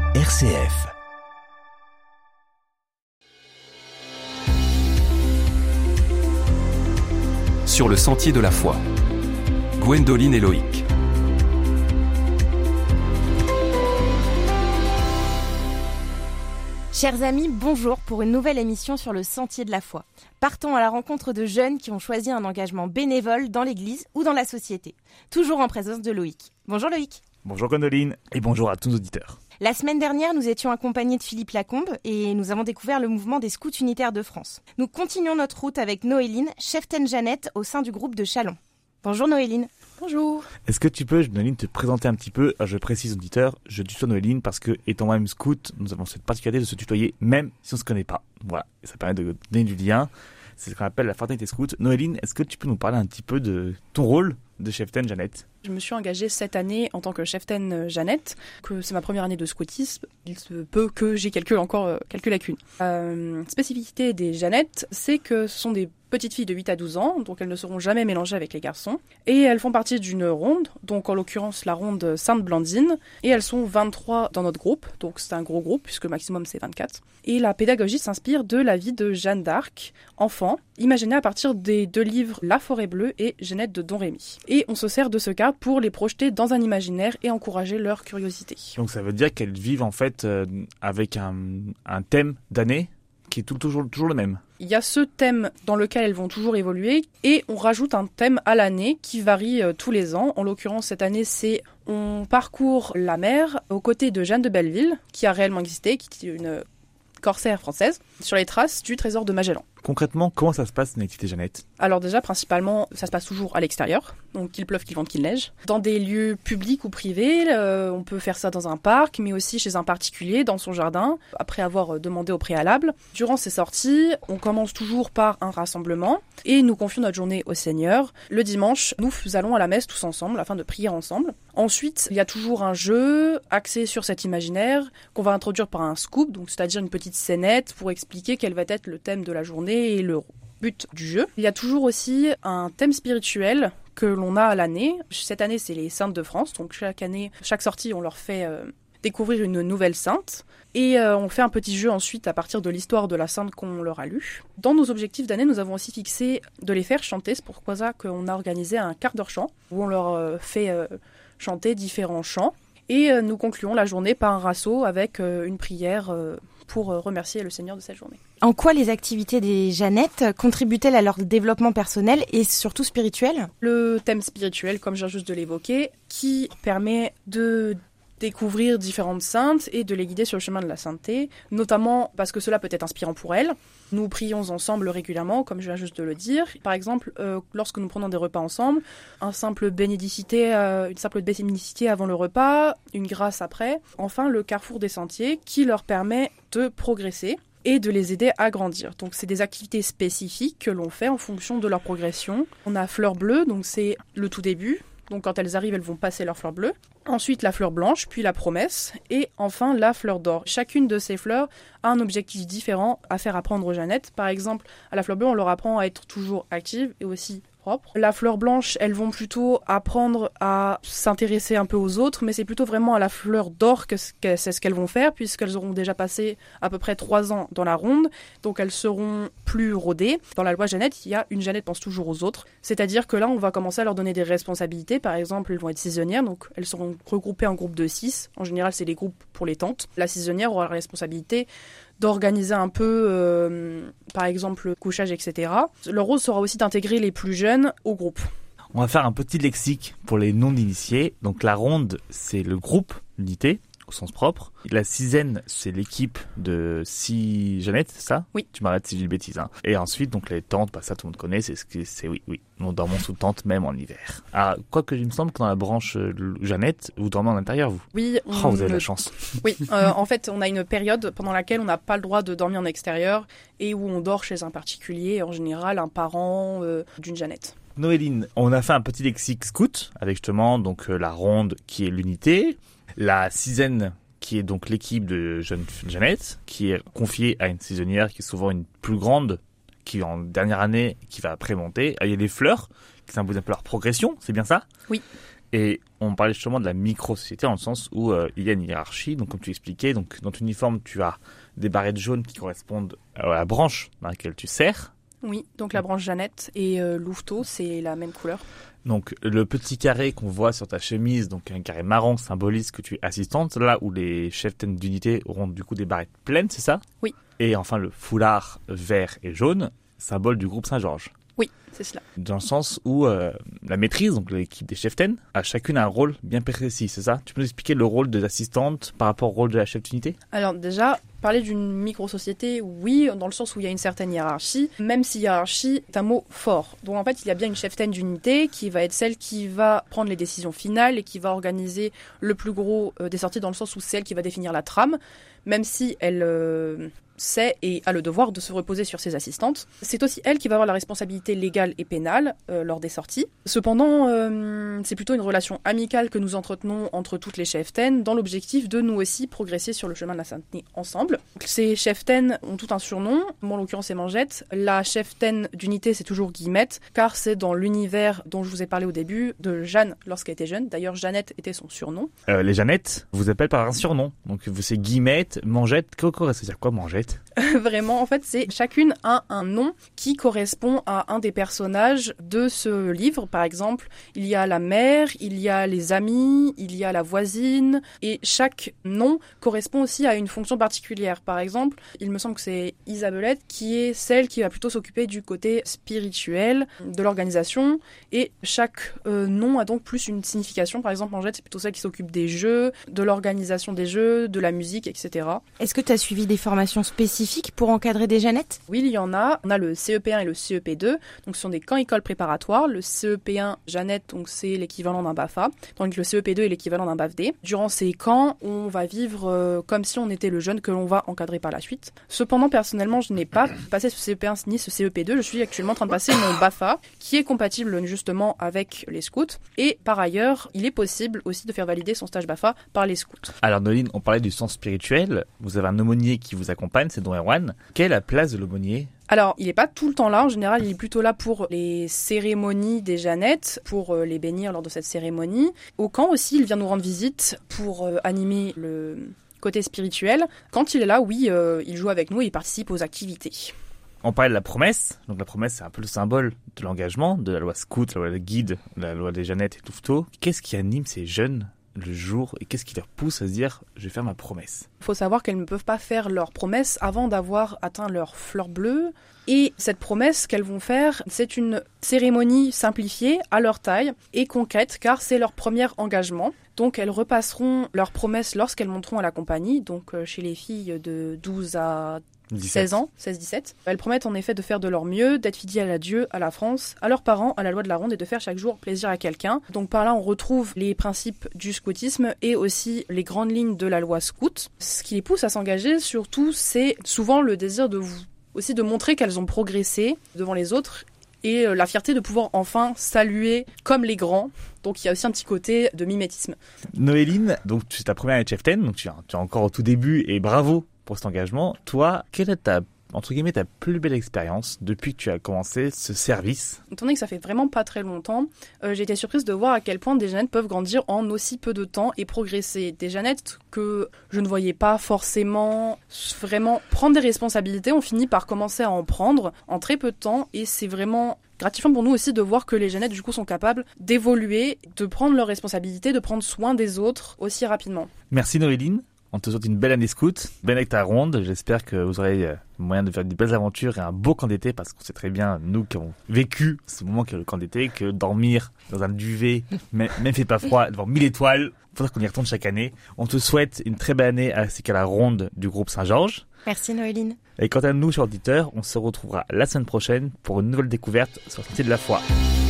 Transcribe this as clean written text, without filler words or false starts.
RCF. Sur le sentier de la foi. Gwendoline et Loïc. Chers amis, bonjour pour une nouvelle émission sur le sentier de la foi. Partons à la rencontre de jeunes qui ont choisi un engagement bénévole dans l'église ou dans la société. Toujours en présence de Loïc. Bonjour Loïc. Bonjour Gwendoline et bonjour à tous nos auditeurs. La semaine dernière, nous étions accompagnés de Philippe Lacombe et nous avons découvert le mouvement des scouts unitaires de France. Nous continuons notre route avec Noéline, cheftaine Jeannette au sein du groupe de Châlons. Bonjour Noéline. Bonjour. Est-ce que tu peux, Noéline, te présenter un petit peu? Je précise aux auditeurs, je tutoie Noéline parce que, étant moi-même scout, nous avons cette particularité de se tutoyer même si on ne se connaît pas. Voilà, et ça permet de donner du lien. C'est ce qu'on appelle la fraternité scout. Noéline, est-ce que tu peux nous parler un petit peu de ton rôle de cheftaine Jeannette? Je me suis engagée cette année en tant que cheftaine Jeannette, que c'est ma première année de scoutisme. Il se peut que j'ai quelques lacunes. Spécificité des Jeannettes, c'est que ce sont des petites filles de 8 à 12 ans, donc elles ne seront jamais mélangées avec les garçons. Et elles font partie d'une ronde, donc en l'occurrence la ronde Sainte-Blandine. Et elles sont 23 dans notre groupe, donc c'est un gros groupe puisque le maximum c'est 24. Et la pédagogie s'inspire de la vie de Jeanne d'Arc, enfant, imaginée à partir des deux livres La Forêt Bleue et Jeannette de Don Rémy. Et on se sert de ce cadre pour les projeter dans un imaginaire et encourager leur curiosité. Donc ça veut dire qu'elles vivent en fait avec un thème d'année qui est toujours le même. Il y a ce thème dans lequel elles vont toujours évoluer et on rajoute un thème à l'année qui varie tous les ans. En l'occurrence, cette année, c'est on parcourt la mer aux côtés de Jeanne de Belleville, qui a réellement existé, qui est une corsaire française, sur les traces du trésor de Magellan. Concrètement, comment ça se passe une activité Jeannette? Alors déjà, principalement, ça se passe toujours à l'extérieur, donc qu'il pleuve, qu'il vente, qu'il neige. Dans des lieux publics ou privés, on peut faire ça dans un parc, mais aussi chez un particulier, dans son jardin, après avoir demandé au préalable. Durant ces sorties, on commence toujours par un rassemblement et nous confions notre journée au Seigneur. Le dimanche, nous allons à la messe tous ensemble afin de prier ensemble. Ensuite, il y a toujours un jeu axé sur cet imaginaire qu'on va introduire par un scoop, donc c'est-à-dire une petite scénette pour expliquer quel va être le thème de la journée et le but du jeu. Il y a toujours aussi un thème spirituel que l'on a à l'année. Cette année, c'est les Saintes de France. Donc chaque année, chaque sortie, on leur fait découvrir une nouvelle sainte. Et on fait un petit jeu ensuite à partir de l'histoire de la sainte qu'on leur a lue. Dans nos objectifs d'année, nous avons aussi fixé de les faire chanter. C'est pourquoi ça qu'on a organisé un quart d'heure chant où on leur fait chanter différents chants. Et nous concluons la journée par un rasso avec une prière pour remercier le Seigneur de cette journée. En quoi les activités des Jeannettes contribuent-elles à leur développement personnel et surtout spirituel? Le thème spirituel, comme je viens juste de l'évoquer, qui permet de découvrir différentes saintes et de les guider sur le chemin de la sainteté, notamment parce que cela peut être inspirant pour elles. Nous prions ensemble régulièrement, comme je viens juste de le dire. Par exemple, lorsque nous prenons des repas ensemble, une simple bénédicité avant le repas, une grâce après. Enfin, le carrefour des sentiers qui leur permet de progresser et de les aider à grandir. Donc c'est des activités spécifiques que l'on fait en fonction de leur progression. On a fleur bleue, donc c'est le tout début. Donc quand elles arrivent, elles vont passer leur fleur bleue. Ensuite la fleur blanche, puis la promesse, et enfin la fleur d'or. Chacune de ces fleurs a un objectif différent à faire apprendre aux Jeannettes. Par exemple, à la fleur bleue, on leur apprend à être toujours active et aussi propre. La fleur blanche, elles vont plutôt apprendre à s'intéresser un peu aux autres, mais c'est plutôt vraiment à la fleur d'or que c'est ce qu'elles vont faire, puisqu'elles auront déjà passé à peu près 3 ans dans la ronde, donc elles seront plus rodées. Dans la loi Jeannette, il y a une Jeannette pense toujours aux autres, c'est-à-dire que là, on va commencer à leur donner des responsabilités. Par exemple, elles vont être saisonnières, donc elles seront regroupées en groupes de 6. En général, c'est les groupes pour les tantes. La saisonnière aura la responsabilité d'organiser un peu, par exemple, le couchage, etc. Leur rôle sera aussi d'intégrer les plus jeunes au groupe. On va faire un petit lexique pour les non-initiés. Donc la ronde, c'est le groupe, l'unité, au sens propre. La sizaine, c'est l'équipe de 6 Jeannettes, c'est ça? Oui. Tu m'arrêtes si je dis une bêtise. Hein. Et ensuite, donc les tentes, ça tout le monde connaît, oui. Nous dormons sous tente même en hiver. Alors, quoique il me semble que dans la branche Jeannette, vous dormez en intérieur, vous? Oui. Vous avez de la chance. Oui, en fait, on a une période pendant laquelle on n'a pas le droit de dormir en extérieur et où on dort chez un particulier, en général un parent d'une Jeannette. Noéline, on a fait un petit lexique scout avec justement donc la ronde qui est l'unité, la sizaine qui est donc l'équipe de Jeannette, qui est confiée à une saisonnière qui est souvent une plus grande, qui en dernière année, qui va après monter. Il y a les fleurs qui symbolisent un peu leur progression, c'est bien ça? Oui. Et on parlait justement de la micro-société dans le sens où il y a une hiérarchie. Donc comme tu expliquais, donc, dans ton uniforme, tu as des barrettes jaunes qui correspondent à la branche dans laquelle tu sers. Oui, donc la branche Jeannette et Louveteau, c'est la même couleur. Donc le petit carré qu'on voit sur ta chemise, donc un carré marron, symbolise que tu es assistante, là où les chefs d'unité auront du coup des barrettes pleines, c'est ça ? Oui. Et enfin le foulard vert et jaune, symbole du groupe Saint-Georges. Oui, c'est cela. Dans le sens où la maîtrise, donc l'équipe des cheftaines, a chacune un rôle bien précis, c'est ça ? Tu peux nous expliquer le rôle de l'assistante par rapport au rôle de la chef d'unité ? Alors déjà, parler d'une micro-société, oui, dans le sens où il y a une certaine hiérarchie, même si hiérarchie est un mot fort. Donc en fait, il y a bien une cheftaine d'unité qui va être celle qui va prendre les décisions finales et qui va organiser le plus gros des sorties, dans le sens où c'est elle qui va définir la trame, même si elle sait et a le devoir de se reposer sur ses assistantes. C'est aussi elle qui va avoir la responsabilité légale et pénale lors des sorties. Cependant, c'est plutôt une relation amicale que nous entretenons entre toutes les cheftaines dans l'objectif de nous aussi progresser sur le chemin de la sainteté ensemble. Ces cheftaines ont tout un surnom. Moi, en l'occurrence, c'est Mangette. La cheftaine d'unité, c'est toujours Guillemette, car c'est dans l'univers dont je vous ai parlé au début de Jeanne lorsqu'elle était jeune. D'ailleurs, Jeannette était son surnom. Les Jeannettes vous appellent par un surnom. Donc c'est Guillemette, Mangette. Coco, c'est-à-dire quoi Mangette ? Vraiment, en fait, c'est chacune a un nom qui correspond à un des personnages de ce livre. Par exemple, il y a la mère, il y a les amis, il y a la voisine, et chaque nom correspond aussi à une fonction particulière. Par exemple, il me semble que c'est Isabellette qui est celle qui va plutôt s'occuper du côté spirituel de l'organisation, et chaque nom a donc plus une signification. Par exemple, Angette, c'est plutôt celle qui s'occupe des jeux, de l'organisation des jeux, de la musique, etc. Est-ce que tu as suivi des formations spécifiques pour encadrer des Jeannettes ? Oui, il y en a. On a le CEP1 et le CEP2. Donc, ce sont des camps-écoles préparatoires. Le CEP1 Jeannette, donc c'est l'équivalent d'un BAFA. Donc, le CEP2 est l'équivalent d'un BAFD. Durant ces camps, on va vivre comme si on était le jeune que l'on va encadrer par la suite. Cependant, personnellement, je n'ai pas passé ce CEP1 ni ce CEP2. Je suis actuellement en train de passer mon BAFA, qui est compatible justement avec les scouts. Et par ailleurs, il est possible aussi de faire valider son stage BAFA par les scouts. Alors Noéline, on parlait du sens spirituel. Vous avez un aumônier qui vous accompagne, c'est Don Erwan. Quelle est la place de l'aumônier ? Alors, il n'est pas tout le temps là. En général, il est plutôt là pour les cérémonies des Jeannettes, pour les bénir lors de cette cérémonie. Au camp aussi, il vient nous rendre visite pour animer le côté spirituel. Quand il est là, oui, il joue avec nous et il participe aux activités. On parlait de la promesse. Donc la promesse, c'est un peu le symbole de l'engagement, de la loi scout, la loi de guide, la loi des Jeannettes et Louveteau. Qu'est-ce qui anime ces jeunes le jour et qu'est-ce qui leur pousse à se dire « je vais faire ma promesse ». Il faut savoir qu'elles ne peuvent pas faire leur promesse avant d'avoir atteint leur fleur bleue. Et cette promesse qu'elles vont faire, c'est une cérémonie simplifiée à leur taille et concrète car c'est leur premier engagement. Donc elles repasseront leur promesse lorsqu'elles monteront à la compagnie, donc chez les filles de 12 à 16 ans, 16-17. Elles promettent en effet de faire de leur mieux, d'être fidèles à Dieu, à la France, à leurs parents, à la loi de la ronde et de faire chaque jour plaisir à quelqu'un. Donc par là, on retrouve les principes du scoutisme et aussi les grandes lignes de la loi scout. Ce qui les pousse à s'engager, surtout, c'est souvent le désir aussi de montrer qu'elles ont progressé devant les autres et la fierté de pouvoir enfin saluer comme les grands. Donc il y a aussi un petit côté de mimétisme. Noéline, donc c'est ta première année de cheftaine, donc tu es encore au tout début et bravo pour cet engagement. Toi, quelle est ta plus belle expérience depuis que tu as commencé ce service ? Étant donné que ça fait vraiment pas très longtemps, j'ai été surprise de voir à quel point des Jeannettes peuvent grandir en aussi peu de temps et progresser. Des Jeannettes que je ne voyais pas forcément vraiment prendre des responsabilités, on finit par commencer à en prendre en très peu de temps et c'est vraiment gratifiant pour nous aussi de voir que les Jeannettes du coup sont capables d'évoluer, de prendre leurs responsabilités, de prendre soin des autres aussi rapidement. Merci Noéline. On te souhaite une belle année scout, belle avec ta ronde. J'espère que vous aurez moyen de faire de belles aventures et un beau camp d'été parce qu'on sait très bien, nous qui avons vécu ce moment qu'est le camp d'été, que dormir dans un duvet, même fait pas froid, devant 1000 étoiles, il faudra qu'on y retourne chaque année. On te souhaite une très belle année ainsi qu'à la ronde du groupe Saint-Georges. Merci Noéline. Et quant à nous, chers auditeurs, on se retrouvera la semaine prochaine pour une nouvelle découverte sur le Sentier de la Foi.